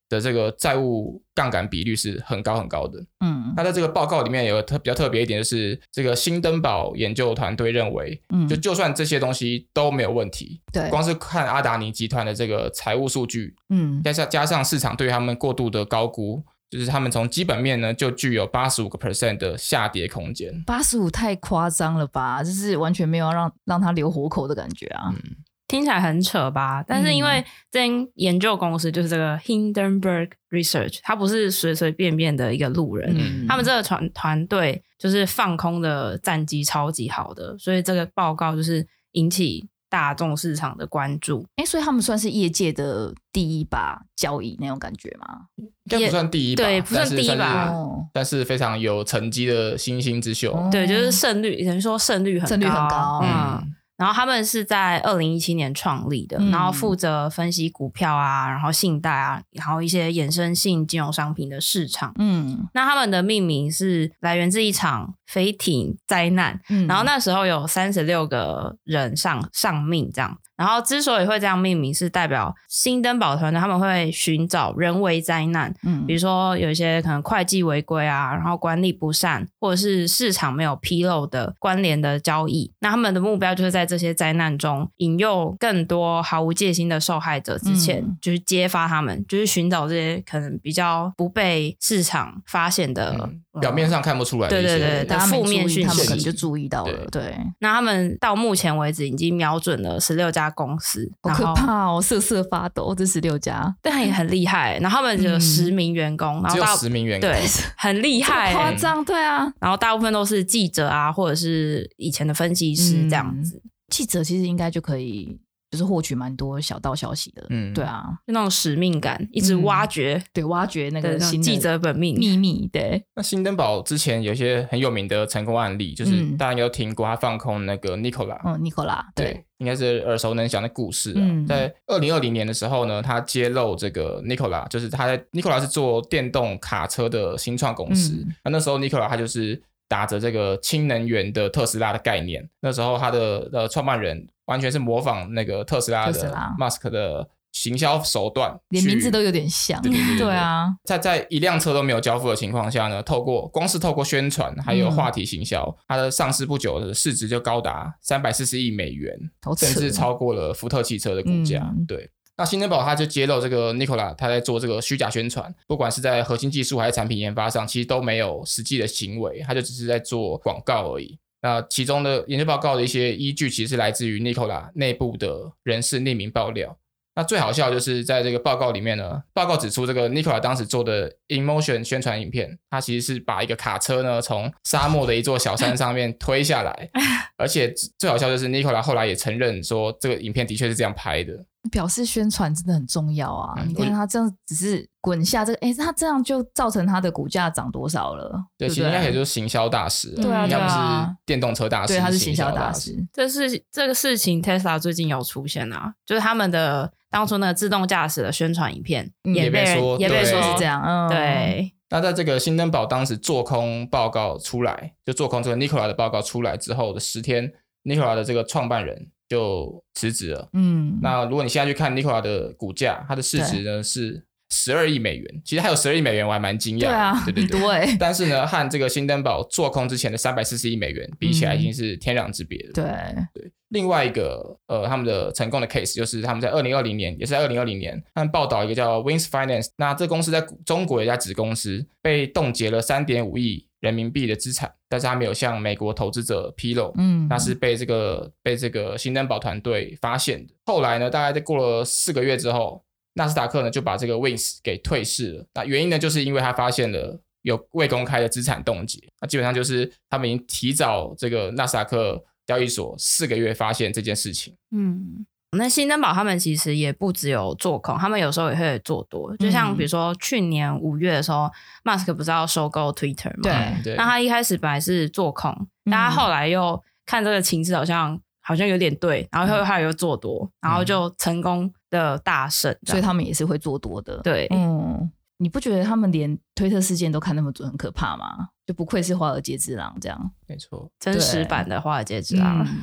的这个债务杠杆比率是很高很高的。 嗯， 那在这个报告里面有个特比较特别一点，就是这个新登堡研究团队认为，嗯，就就算这些东西都没有问题，对，光是看阿达尼集团的这个财务数据，嗯，加上加上市场对他们过度的高估，就是他们从基本面呢就具有 百分之八十五 的下跌空间。 八十五太夸张了吧，就是完全没有让让他留活口的感觉啊。 嗯，听起来很扯吧，但是因为这间研究公司就是这个 Hindenburg Research， 它不是随随便便的一个路人，嗯，他们这个团团队就是放空的战绩超级好的，所以这个报告就是引起大众市场的关注。 哎，所以他们算是业界的第一把交椅那种感觉吗？ 应该不算第一把， 对，不算第一把， 但是非常有成绩的新兴之秀。 哦，对，就是胜率，等于说胜率很高， 胜率很高， 嗯。嗯，然后他们是在二零一七年创立的，嗯，然后负责分析股票啊，然后信贷啊，然后一些衍生性金融商品的市场。嗯，那他们的命名是来源自一场飞艇灾难，嗯，然后那时候有三十六个人上丧命这样。然后之所以会这样命名，是代表新登堡团队他们会寻找人为灾难，嗯，比如说有一些可能会计违规啊，然后管理不善，或者是市场没有披露的关联的交易。那他们的目标就是在这些灾难中引诱更多毫无戒心的受害者之前，嗯，就是揭发他们，就是寻找这些可能比较不被市场发现的，嗯嗯，表面上看不出来的一些， 对对对，但负面讯息他们可能就注意到了。 对， 对， 那他们到目前为止已经瞄准了十六家公司， 好可怕哦，瑟瑟发抖，这十六家， 但也很厉害。然后他们有十名员工，嗯，然后只有十名员工， 对，很厉害， 夸张，对啊。 然后大部分都是记者啊，或者是以前的分析师这样子。嗯， 记者其实应该就可以就是获取蛮多小道消息的，嗯，对啊， 就那种使命感，一直挖掘， 嗯，对，挖掘那个新记者本命秘密。对， 那新登堡之前有一些很有名的成功案例，就是大家应该都听过，他放空那个 Nikola， 嗯 ，Nikola， 对， 对，应该是耳熟能详的故事啊。嗯，在二零二零年的时候呢，他揭露这个 Nikola， 就是他在 Nikola 是做电动卡车的新创公司，嗯，那那时候 Nikola 他就是打着这个氢能源的特斯拉的概念，那时候他的的创办人完全是模仿那个特斯拉的 Musk 的行销手段， 连名字都有点像。 对对 对, 对, 对啊， 在在一辆车都没有交付的情况下呢，透过光是透过宣传还有话题行销，它，嗯，的上市不久的市值就高达三百四十亿美元，甚至超过了福特汽车的股价。嗯，对。那新登堡他就揭露这个 Nikola 他在做这个虚假宣传，不管是在核心技术还是产品研发上，其实都没有实际的行为，他就只是在做广告而已。那其中的研究报告的一些依据其实是来自于 Nikola 内部的人士匿名爆料。那最好笑的就是在这个报告里面呢，报告指出这个 Nikola 当时做的 InMotion 宣传影片，他其实是把一个卡车呢从沙漠的一座小山上面推下来，而且最好笑的就是 Nikola 后来也承认说这个影片的确是这样拍的， 表示宣传真的很重要啊。嗯，你看他这样只是滚下这个，哎，他这样就造成他的股价涨多少了？ 对, 对, 对，其实应该也就是行销大师， 对啊， 应该不是电动车大师， 对，他是行销大师。 这是这个事情 Tesla 最近有出现啊，就是他们的当初那个自动驾驶的宣传影片， 嗯，也被说也被说是这样，嗯， 对。 那在这个新登堡当时做空报告出来，就做空这个 Nikola 的报告出来之后的十天， Nikola 的这个创办人就辞职了。嗯，那如果你现在去看 Nikola 的股价，它的市值呢是十二亿美元，其实还有十二亿美元我还蛮惊讶的。 对啊， 对对对， 对。 但是呢，和这个新登堡做空之前的三百四十亿美元比起来，已经是天壤之别了。 对对。另外一个呃，他们的成功的 case 就是他们在二零二零年，也是在二零二零年，他们报道一个叫 Wings Finance， 那这公司在中国有一家子公司被冻结了 三点五亿人民币的资产，但是他没有向美国投资者披露，嗯，那是被这个被这个新登堡团队发现的。后来呢，大概在过了四个月之后，纳斯达克呢就把这个 Wings 给退市了。那原因呢，就是因为他发现了有未公开的资产冻结，那基本上就是他们已经提早这个纳斯达克交易所四个月发现这件事情。 嗯，那新登堡他们其实也不只有做空，他们有时候也会做多，就像比如说去年五月的时候，马斯克不是要收购 Twitter 吗？对，那他一开始本来是做空，但他后来又看这个情势好像好像有点对，然后后来又做多，然后就成功的大胜， 所以他们也是会做多的。 对， 嗯，你不觉得他们连推特事件都看那么准，很可怕吗？就不愧是华尔街之狼，这样。 没错， 真实版的华尔街之狼。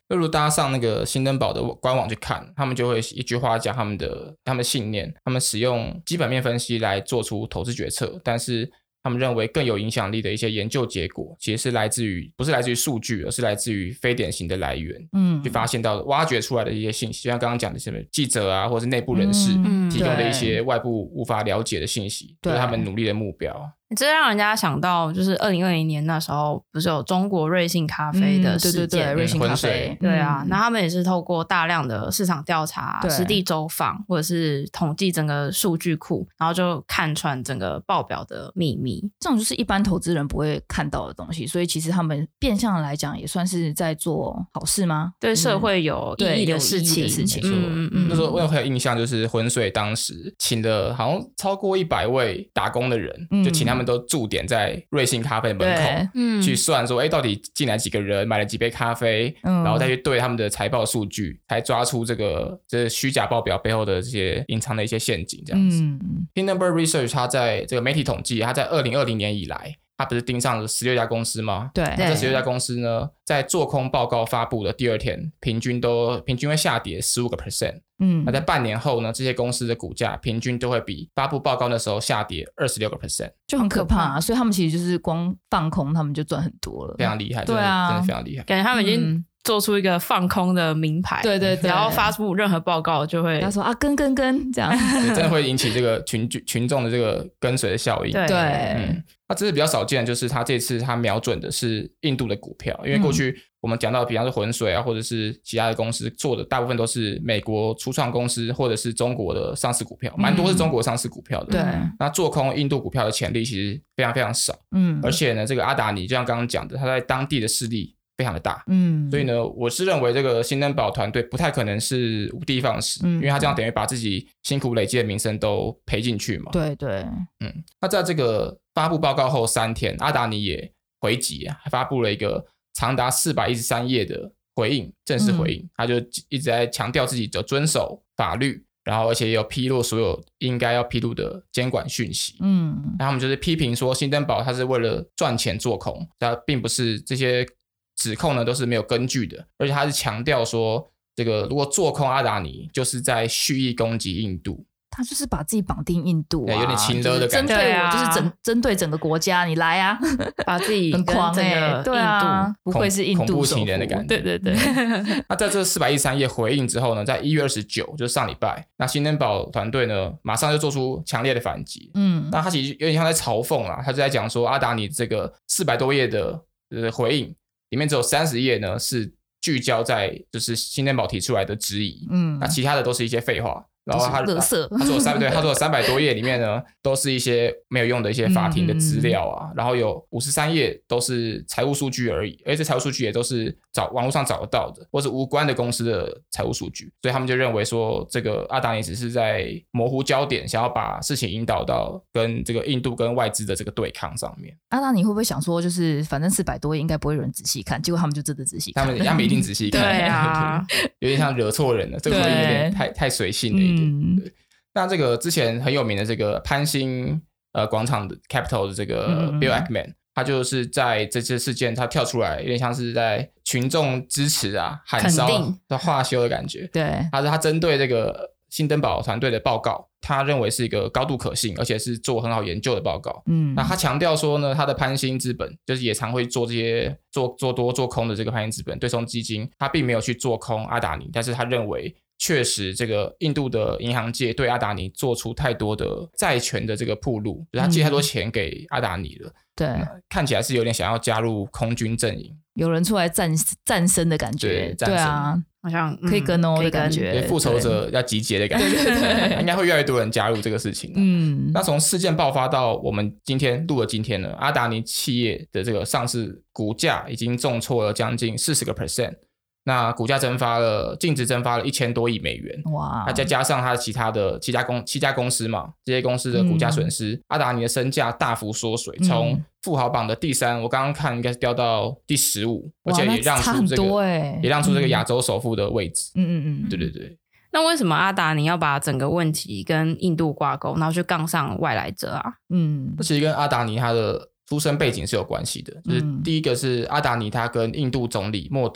如果大家上那个新登堡的官网去看，他们就会一句话讲他们的他们的信念，他们使用基本面分析来做出投资决策，但是他们认为更有影响力的一些研究结果其实是来自于不是来自于数据，而是来自于非典型的来源，嗯，去发现到挖掘出来的一些信息，就像刚刚讲的什么记者啊，或者是内部人士提供的一些外部无法了解的信息，这、就是他们努力的目标。 这让人家想到，就是二零二零年那时候，不是有中国瑞幸咖啡的事件？嗯、对对对， 瑞幸咖啡， 对啊，那、嗯、他们也是透过大量的市场调查、实地走访，或者是统计整个数据库，然后就看穿整个报表的秘密。 这种就是一般投资人不会看到的东西，所以其实他们变相来讲也算是在做好事吗？ 对社会有意义的事情。 嗯、事情嗯嗯，那时候我有很有印象，就是浑水当时请了好像超过一百位打工的人，嗯、就请他们。他们都驻点在瑞幸咖啡门口、嗯、去算说哎，到底进来几个人，买了几杯咖啡、嗯、然后再去对他们的财报数据，才抓出这个这虚假报表背后的这些隐藏的一些陷阱这样子。嗯、Hindenburg Research 他在这个媒体统计，他在二零二零年以来他不是盯上了十六家公司吗？ 对， 这十六家公司呢，在做空报告发布的第二天，平均都平均会下跌 百分之十五。嗯，那在半年后呢，这些公司的股价平均都会比发布报告的时候下跌 百分之二十六， 就很可怕啊！所以他们其实就是光放空，他们就赚很多了， 非常厉害， 对啊， 真的非常厉害， 感觉他们已经、嗯做出一个放空的名牌， 对对对， 然后发布任何报告就会他说啊跟跟跟这样， 真的会引起这个群群众的这个跟随的效应。 对， 嗯，那这是比较少见的，就是他这次他瞄准的是印度的股票，因为过去我们讲到，比方说浑水啊，或者是其他的公司做的大部分都是美国初创公司或者是中国的上市股票，蛮多是中国上市股票的。 对、 嗯，那做空印度股票的潜力其实非常非常少。嗯，而且呢，这个阿达尼就像刚刚讲的，他在当地的势力非常的大，嗯，所以呢，我是认为这个新登堡团队不太可能是无的放矢，嗯，因为他这样等于把自己辛苦累积的名声都赔进去嘛。 对对， 嗯，那在这个发布报告后三天，阿达尼也回击，还发布了一个长达四百一十三页的回应，正式回应，嗯、他就一直在强调自己的遵守法律，然后而且也有披露所有应该要披露的监管讯息。嗯，然后他们就是批评说，新登堡他是为了赚钱做空，他并不是这些。指控呢都是没有根据的，而且他是强调说，这个如果做空阿达尼，就是在蓄意攻击印度。 他就是把自己绑定印度、啊， 对，有点亲热的感觉。 针对我，就是针针对整个国家，你来啊， 把自己很狂哎、 欸， 对啊，不愧是印度恐怖情人的感觉。 对对对。 那在这四百一十三页回应之后呢，在一月二十九，就是上礼拜，那新登堡团队呢，马上就做出强烈的反击。嗯，那他其实有点像在嘲讽啦，他就在讲说，阿达尼这个四百多页的呃回应。里面只有三十页呢是聚焦在就是新登堡提出来的质疑，嗯，那其他的都是一些废话。然后他垃圾他说三对，他说三百多页里面呢，都是一些没有用的一些法庭的资料啊，嗯、然后有五十三页都是财务数据而已，而且财务数据也都是找网络上找得到的，或是无关的公司的财务数据，所以他们就认为说，这个阿达尼只是在模糊焦点，想要把事情引导到跟这个印度跟外资的这个对抗上面。 阿达尼会不会想说，就是反正四百多页应该不会有人仔细看，结果他们就真的仔细看， 他们他们一定仔细看， 对啊， 有点像惹错人了，这个回应有点太太随性了一点。嗯，对，那这个之前很有名的这个潘兴呃广场的 Capital 的这个 Bill Ackman，、嗯、他就是在这次事件他跳出来，有点像是在群众支持啊喊烧的化修的感觉。 对， 他是他针对这个新登堡团队的报告，他认为是一个高度可信，而且是做很好研究的报告。嗯，那他强调说呢，他的潘兴资本就是也常会做这些做做多做空的这个潘兴资本对冲基金，他并没有去做空阿达尼，但是他认为。确实这个印度的银行界对阿达尼做出太多的债权的这个暴露，就是他借太多钱给阿达尼了、嗯、 对、 呃，看起来是有点想要加入空军阵营， 有人出来战战胜的感觉。 对, 对啊， 好像、 嗯、可以跟哦的感觉， 复仇者要集结的感觉。对对对，应该会越来越多人加入这个事情。嗯，那从事件爆发到我们今天录的今天呢，阿达尼企业的这个上市股价已经重挫了将近 百分之四十，那股价蒸发了，净值蒸发了一千多亿美元。哇！那再加上它其他的七家公七家公司嘛，这些公司的股价损失，嗯、阿达尼的身价大幅缩水，从、嗯、富豪榜的第三，我刚刚看应该是掉到第十五，而且也让出这个、 欸、 也让出这个亚洲首富的位置。嗯嗯嗯，对对对。 那为什么阿达尼要把整个问题跟印度挂钩，然后去杠上外来者啊？ 嗯，这其实跟阿达尼他的出身背景是有关系的，就是第一个是阿达尼他跟印度总理莫迪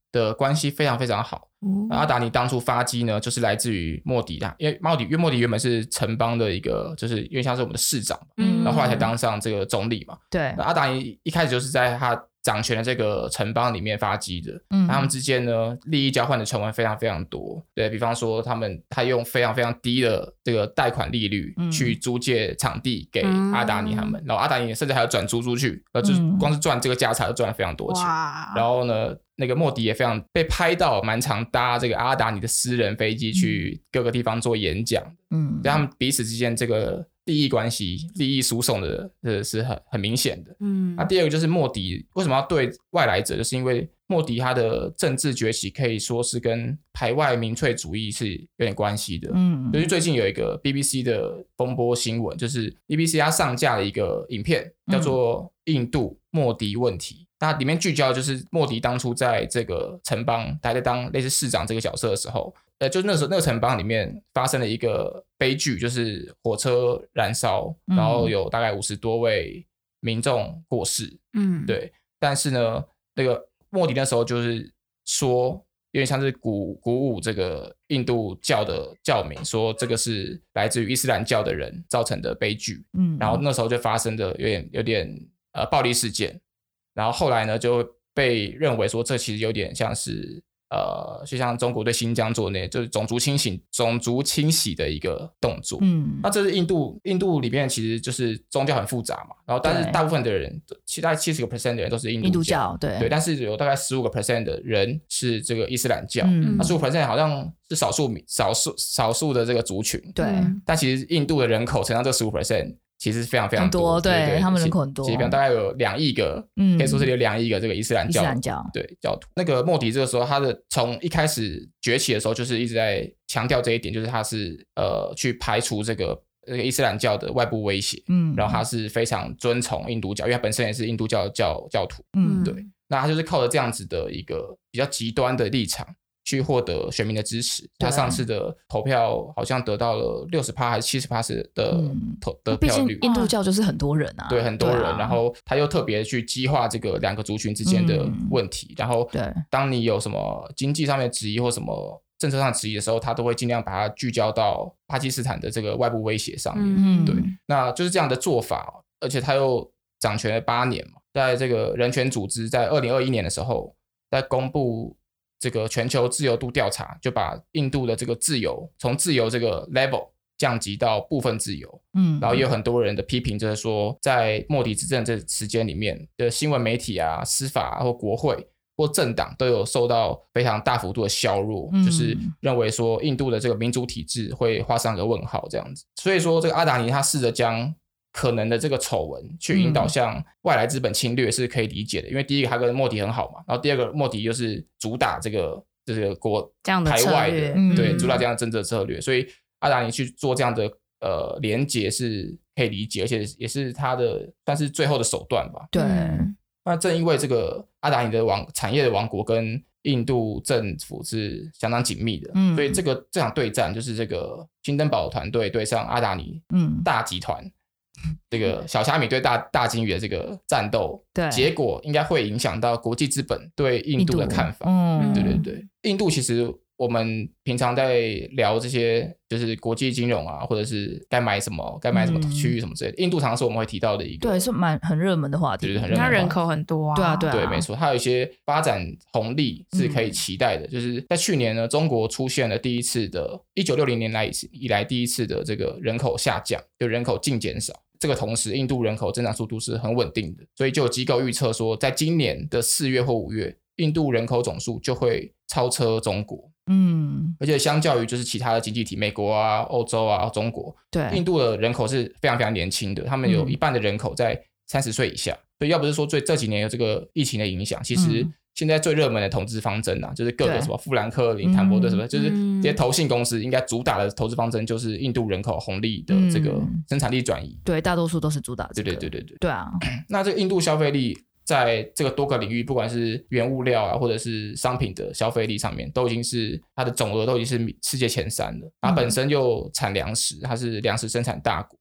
的关系非常非常好。嗯、阿达尼当初发迹呢，就是来自于莫迪的，因为莫迪，因为莫迪原本是城邦的一个，就是因为像是我们的市长，嗯，然后后来才当上这个总理嘛。 对， 那阿达尼一开始就是在他掌权的这个城邦里面发迹的，嗯，他们之间呢利益交换的成分非常非常多，对，比方说他们他用非常非常低的这个贷款利率去租借场地给阿达尼他们，嗯、然后阿达尼甚至还要转租出去，呃，就是光是赚这个价差就赚了非常多钱，然后呢。那个莫迪也非常被拍到，蛮常搭这个阿达尼的私人飞机去各个地方做演讲。嗯，所以他们彼此之间这个利益关系、利益输送的，这是很很明显的。嗯，那第二个就是莫迪为什么要对外来者，就是因为莫迪他的政治崛起可以说是跟排外民粹主义是有点关系的。嗯，就是最近有一个 B B C 的风波新闻，就是 B B C 它上架了一个影片，叫做《印度莫迪问题》。那里面聚焦就是莫迪当初在这个城邦，他在当类似市长这个角色的时候，呃，就那时候那个城邦里面发生了一个悲剧，就是火车燃烧，然后有大概五十多位民众过世。嗯，对。但是呢，那个莫迪那时候就是说，有点像是鼓鼓舞这个印度教的教民，说这个是来自于伊斯兰教的人造成的悲剧。嗯，然后那时候就发生的有点有点呃暴力事件。然后后来呢，就被认为说这其实有点像是呃，就像中国对新疆做的那，就是种族清洗、种族清洗的一个动作。嗯，那这是印度，印度里面其实就是宗教很复杂嘛，然后但是大部分的人，其他七十个 percent 的人都是印度教， 印度教对对，但是有大概十五个 percent 的人是这个伊斯兰教，嗯、那十五 percent 好像是少数少数少数的这个族群， 对， 但其实印度的人口乘上这十五 percent。其实是非常非常多， 多对, 对, 对他们人口很多， 基本上大概有两亿个，嗯，可以说是有两亿个这个伊斯兰教， 伊斯兰教对教徒。那个莫迪这个时候，他的从一开始崛起的时候，就是一直在强调这一点，就是他是呃去排除这个这个伊斯兰教的外部威胁，嗯，然后他是非常尊崇印度教，因为他本身也是印度教的教教徒，嗯，对，那他就是靠着这样子的一个比较极端的立场。去获得选民的支持，他上次的投票好像得到了 百分之六十 还是 百分之七十 的投、嗯、的票率。 毕竟印度教就是很多人啊， 对，很多人、啊、然后他又特别去激化这个两个族群之间的问题、嗯、然后当你有什么经济上面的质疑或什么政策上的质疑的时候，他都会尽量把它聚焦到巴基斯坦的这个外部威胁上面、嗯、对，那就是这样的做法，而且他又掌权了八年嘛，在这个人权组织在二零二一年的时候在公布这个全球自由度调查，就把印度的这个自由从自由这个 level 降级到部分自由，嗯，然后也有很多人的批评，就是说在莫迪执政这时间里面的新闻媒体啊、司法、啊、或国会或政党都有受到非常大幅度的削弱、嗯、就是认为说印度的这个民主体制会画上个问号这样子。所以说这个阿达尼他试着将可能的这个丑闻去引导向外来资本侵略是可以理解的、嗯、因为第一个他跟莫迪很好嘛，然后第二个莫迪又是主打这个这个国这样的排外的、嗯、对，主打这样的政治策略，所以阿达尼去做这样的呃连结是可以理解，而且也是他的算是最后的手段吧。 对， 那正因为这个阿达尼的王产业的王国跟印度政府是相当紧密的、嗯、所以这个这场对战就是这个金登堡团队对上阿达尼大集团、嗯这个小虾米对大大鲸鱼的这个战斗，对，结果应该会影响到国际资本对印度的看法。嗯，对对对，印度其实我们平常在聊这些，就是国际金融啊，或者是该买什么、该买什么区域什么之类的，嗯、印度常常是我们会提到的一个， 对，是蛮很热门的话题， 对对，很热门的话题。 它人口很多啊， 对啊对啊， 对，没错，它有一些发展红利是可以期待的。嗯、就是在去年呢，中国出现了第一次的一九六零年来以来第一次的这个人口下降，就人口净减少。这个同时印度人口增长速度是很稳定的，所以就有机构预测说在今年的四月或五月印度人口总数就会超车中国。嗯，而且相较于就是其他的经济体美国啊、欧洲啊、中国，对，印度的人口是非常非常年轻的，他们有一半的人口在三十岁以下、嗯、所以要不是说最这几年有这个疫情的影响，其实现在最热门的投资方针啊，就是各个什么富兰克林、坦博顿什么、嗯、就是这些投信公司应该主打的投资方针就是印度人口红利的这个生产力转移、 嗯、对，大多数都是主打这个， 对对对对对对啊。 那这个印度消费力在这个多个领域，不管是原物料啊，或者是商品的消费力上面，都已经是它的总额都已经是世界前三了。它本身又产粮食，它是粮食生产大国，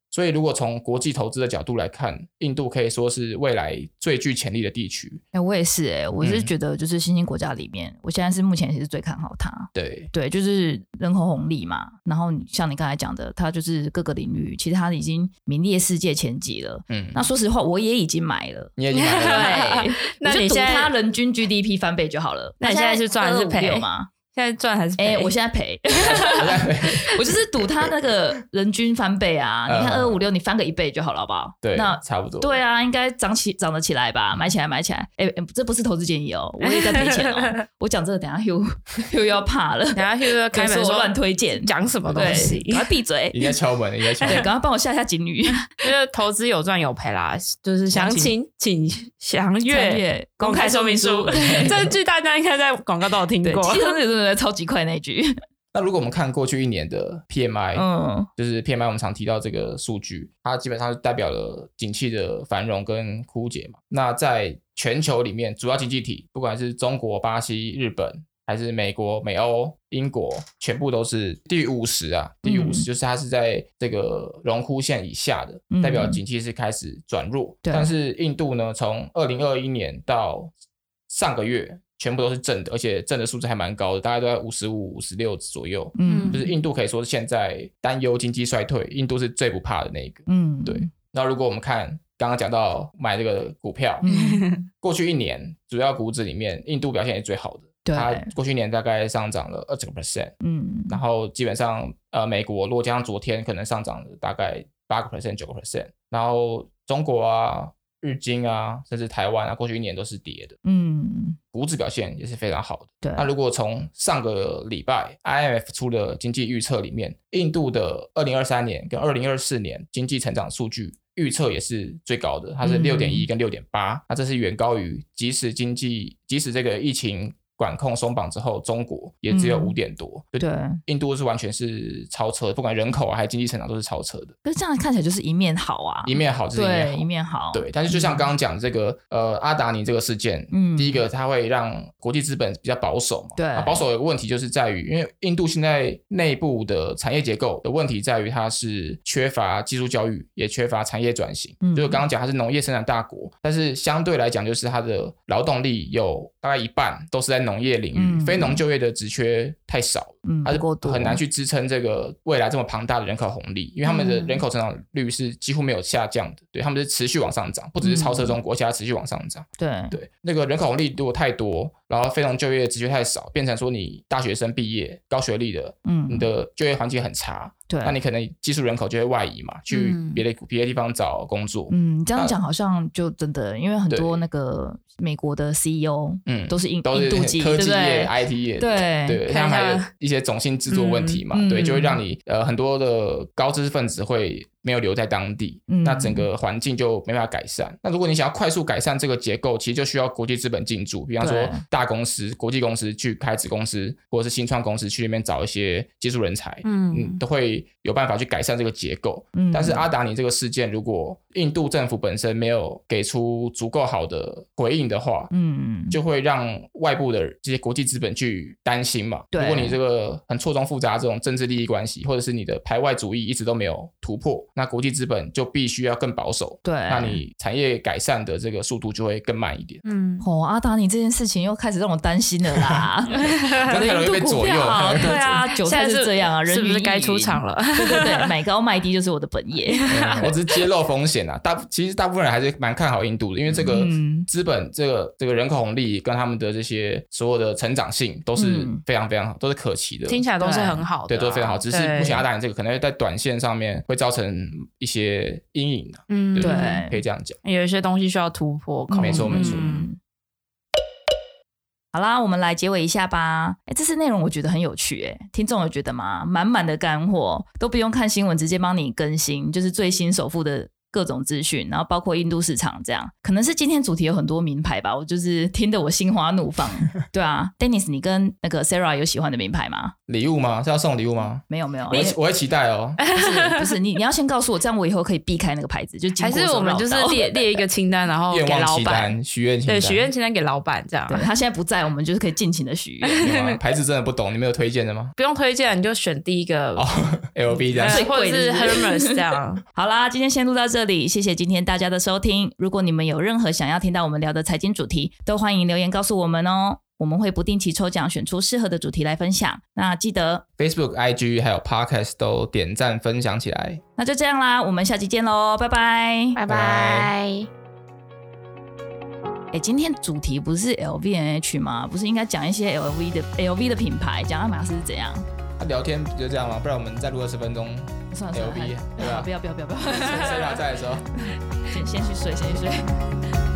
所以如果从国际投资的角度来看，印度可以说是未来最具潜力的地区。 欸、我也是哎、欸，我是觉得就是新兴国家里面，嗯、我现在是目前也是最看好它。 对对，就是人口红利嘛，然后像你刚才讲的，它就是各个领域，其实它已经名列世界前几了。嗯，那说实话，我也已经买了， 你也已经买了， 对，那你现在它人均 G D P 翻倍就好了。 那你现在是赚还是赔吗？ 现在赚还是赔？ 哎、欸，我现在赔，我就是赌他那个人均翻倍啊！你看二五六，你翻个一倍就好了，好不好？ 对， 那差不多。 对啊，应该涨起涨得起来吧？买起来，买起来。哎、欸欸，这不是投资建议哦，我也在赔钱哦。我讲这个，等一下又又要怕了， 等一下又要开门说乱推荐， 讲什么东西？ 赶快闭嘴！ 你在敲门，你在敲门， 对，赶快帮我下下警语。 就是投资有赚有赔啦，就是详情请详阅公开说明书。这句大家应该在广告都有听过， 其实真的超级快那句。 那如果我们看过去一年的 P M I， 嗯，就是 P M I 我们常提到这个数据，它基本上是代表了景气的繁荣跟枯竭嘛。那在全球里面，主要经济体不管是中国、巴西、日本，还是美国、美欧、英国，全部都是低于五十啊，低于五十，就是它是在这个荣枯线以下的，嗯、代表景气是开始转弱。但是印度呢，从二零二一年到上个月，全部都是正的，而且正的数字还蛮高的，大概都在五十五、五十六左右。嗯，就是印度可以说是现在担忧经济衰退，印度是最不怕的那一个。嗯，对。那如果我们看刚刚讲到买这个股票，嗯、过去一年主要股指里面，印度表现也是最好的。 对， 它过去一年大概上涨了 百分之二十。嗯，然后基本上呃，美国如果加上昨天可能上涨了大概 百分之八、九 然后中国啊、日经啊，甚至台湾啊，过去一年都是跌的。嗯，股指表现也是非常好的。 对， 那如果从上个礼拜 I M F 出的经济预测里面，印度的二零二三年跟二零二四年经济成长数据预测也是最高的，它是 六点一 跟 六点八、嗯、那这是远高于即使经济即使这个疫情管控松绑之后，中国也只有五点多、嗯、 对， 印度是完全是超车，不管人口啊还是经济成长都是超车的。 可是这样看起来就是一面好啊， 一面好就是一面好， 对，一面好。 对，但是就像刚刚讲这个、嗯、呃阿达尼这个事件，嗯，第一个它会让国际资本比较保守嘛， 对， 啊、保守的问题就是在于，因为印度现在内部的产业结构的问题在于它是缺乏技术教育，也缺乏产业转型。嗯，就是刚刚讲它是农业生产大国，但是相对来讲就是它的劳动力有大概一半都是在农业领域。嗯，非农就业的职缺太少，嗯，它是很难去支撑这个未来这么庞大的人口红利，因为他们的人口成长率是几乎没有下降的，对，他们是持续往上涨，不只是超车中国，而且它持续往上涨。 对对，那个人口红利如果太多，然后非农就业的职缺太少，变成说你大学生毕业高学历的，嗯，你的就业环境很差。对，那你可能技术人口就会外移嘛，去别的、嗯、别的地方找工作。嗯， 这样讲好像就真的，因为很多那个美国的 C E O， 嗯，都是印都是印度籍， 科技业、 对 I T 业， 对对，像还有一些种姓制作问题嘛，嗯、对，就会让你呃很多的高知识分子会没有留在当地，嗯、那整个环境就没办法改善。那如果你想要快速改善这个结构，其实就需要国际资本进驻，比方说大公司、国际公司去开子公司，或者是新创公司去那边找一些技术人才，嗯，嗯都会有办法去改善这个结构。嗯，但是阿达尼这个事件，如果印度政府本身没有给出足够好的回应的话，嗯，就会让外部的这些国际资本去担心嘛。如果你这个很错综复杂这种政治利益关系，或者是你的排外主义一直都没有突破，那国际资本就必须要更保守。对，那你产业改善的这个速度就会更慢一点。嗯， 哦，阿达尼这件事情又开始让我担心了啦。 我的印度股票， 对啊，韭菜是这样啊，人是不是该出场了？ 对对对，买高卖低就是我的本业。 嗯、我只是揭露风险啊，大其实大部分人还是蛮看好印度的，因为这个资本、这个这个人口红利跟他们的这些所有的成长性都是非常非常好，都是可期的， 听起来都是很好的、啊， 对，都是非常好。只是目前阿达尼这个可能会在短线上面会造成一些阴影、啊、嗯，对，可以这样讲， 有一些东西需要突破。 没错没错。 嗯，好啦，我们来结尾一下吧。哎，这次内容我觉得很有趣，哎，听众有觉得吗？满满的干货，都不用看新闻，直接帮你更新，就是最新首富的各种资讯，然后包括印度市场这样。可能是今天主题有很多名牌吧，我就是听得我心花怒放。对啊 Dennis 你跟那个 Sarah 有喜欢的名牌吗？ 礼物吗？是要送礼物吗？ 没有没有， 我 会, 我会期待哦。 不是不是，你你要先告诉我，这样我以后可以避开那个牌子，就还是我们就是列列一个清单，然后给老板许愿清单， 对，许愿清单给老板这样。 对，他现在不在，我们就是可以尽情的许愿。 牌子真的不懂，你没有推荐的吗？ 不用推荐，你就选第一个、 哦、L V 这样， 最贵的是 Hermes 这样。 好啦，今天先录到这里，谢谢今天大家的收听。如果你们有任何想要听到我们聊的财经主题，都欢迎留言告诉我们哦。我们会不定期抽奖，选出适合的主题来分享。那记得 Facebook、I G 还有 Podcast 都点赞分享起来。 那就这样啦，我们下期见咯，拜拜， 拜拜。 哎，今天主题不是 L V M H 吗？不是应该讲一些 L V 的 L V 的品牌，讲爱马仕是怎样？ 啊、聊天不就这样吗？不然我们再录二十分钟。 算了算了 ，L V 不要不要不要不要， 谁要在的时候， 先先去睡，先去睡。